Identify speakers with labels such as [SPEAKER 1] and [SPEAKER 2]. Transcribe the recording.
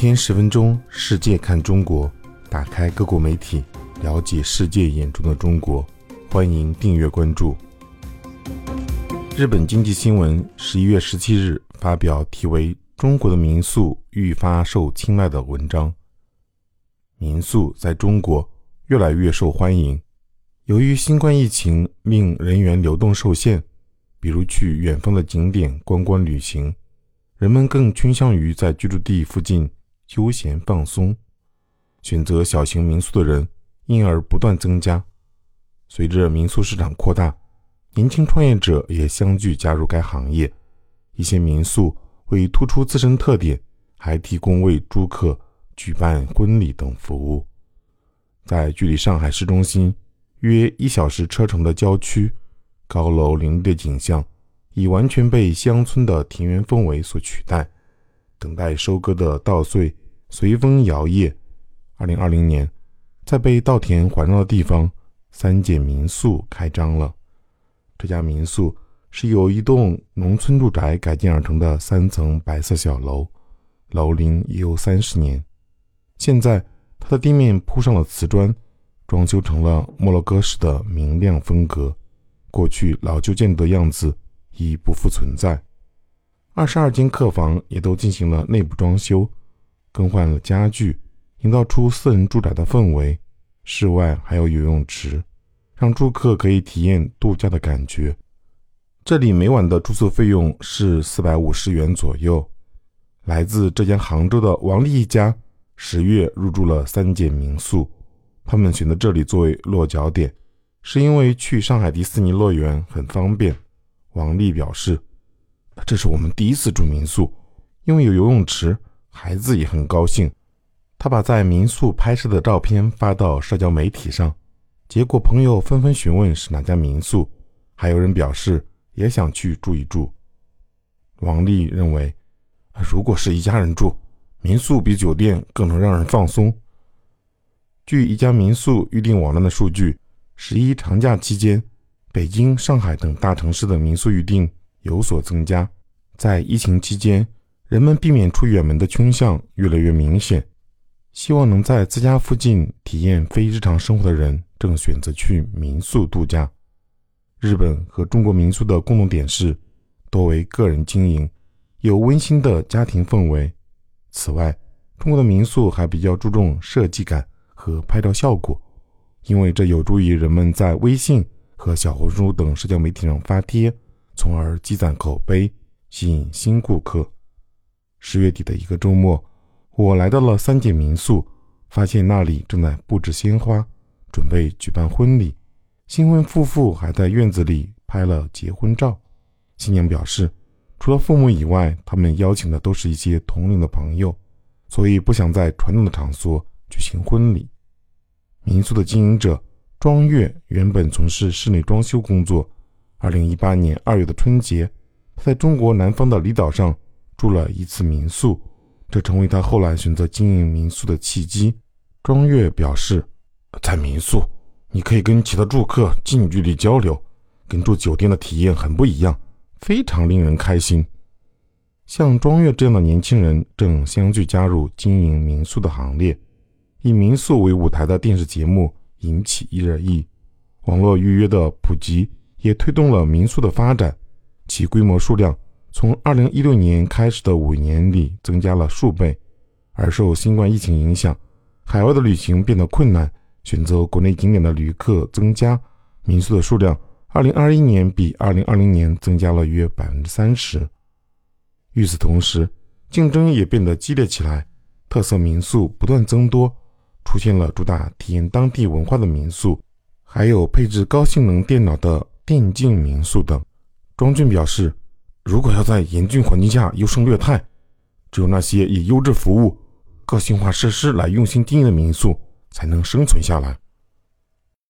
[SPEAKER 1] 天10分钟，世界看中国，打开各国媒体，了解世界眼中的中国。欢迎订阅关注。日本经济新闻11月17日发表题为《中国的民宿愈发受青睐》的文章。民宿在中国越来越受欢迎，由于新冠疫情令人员流动受限，比如去远方的景点观光旅行，人们更倾向于在居住地附近休闲放松，选择小型民宿的人因而不断增加。随着民宿市场扩大，年轻创业者也相继加入该行业。一些民宿为突出自身特点，还提供为租客举办婚礼等服务。在距离上海市中心约1小时车程的郊区，高楼林立的景象已完全被乡村的田园氛围所取代。等待收割的稻穗随风摇曳。2020年，在被稻田环绕的地方，3间民宿开张了。这家民宿是由一栋农村住宅改建而成的3层白色小楼，楼龄也有30年。现在它的地面铺上了瓷砖，装修成了摩洛哥式的明亮风格，过去老旧建筑的样子已不复存在。22间客房也都进行了内部装修，更换了家具，营造出私人住宅的氛围。室外还有游泳池，让住客可以体验度假的感觉。这里每晚的住宿费用是450元左右。来自浙江杭州的王丽一家10月入住了3间民宿，他们选择这里作为落脚点，是因为去上海迪士尼乐园很方便。王丽表示，这是我们第一次住民宿，因为有游泳池，孩子也很高兴。他把在民宿拍摄的照片发到社交媒体上，结果朋友纷纷询问是哪家民宿，还有人表示也想去住一住。王丽认为，如果是一家人住，民宿比酒店更能让人放松。据一家民宿预订网站的数据，11长假期间，北京、上海等大城市的民宿预订有所增加。在疫情期间，人们避免出远门的倾向越来越明显，希望能在自家附近体验非日常生活的人正选择去民宿度假。日本和中国民宿的共同点是多为个人经营，有温馨的家庭氛围。此外，中国的民宿还比较注重设计感和拍照效果，因为这有助于人们在微信和小红书等社交媒体上发帖，从而积攒口碑，吸引新顾客。10月底的一个周末，我来到了3间民宿，发现那里正在布置鲜花，准备举办婚礼。新婚夫妇还在院子里拍了结婚照。新娘表示，除了父母以外，他们邀请的都是一些同龄的朋友，所以不想在传统的场所举行婚礼。民宿的经营者庄月原本从事室内装修工作，2018年2月的春节，他在中国南方的离岛上住了一次民宿，这成为他后来选择经营民宿的契机。庄月表示，在民宿你可以跟其他住客近距离交流，跟住酒店的体验很不一样，非常令人开心。像庄月这样的年轻人正相继加入经营民宿的行列。以民宿为舞台的电视节目引起热议，网络预约的普及也推动了民宿的发展，其规模数量从2016年开始的5年里增加了数倍。而受新冠疫情影响，海外的旅行变得困难，选择国内景点的旅客增加，民宿的数量2021年比2020年增加了约 30%。 与此同时，竞争也变得激烈起来，特色民宿不断增多，出现了主打体验当地文化的民宿，还有配置高性能电脑的电竞民宿等。庄俊表示，如果要在严峻环境下优胜劣汰，只有那些以优质服务、个性化设施来用心经营的民宿才能生存下来。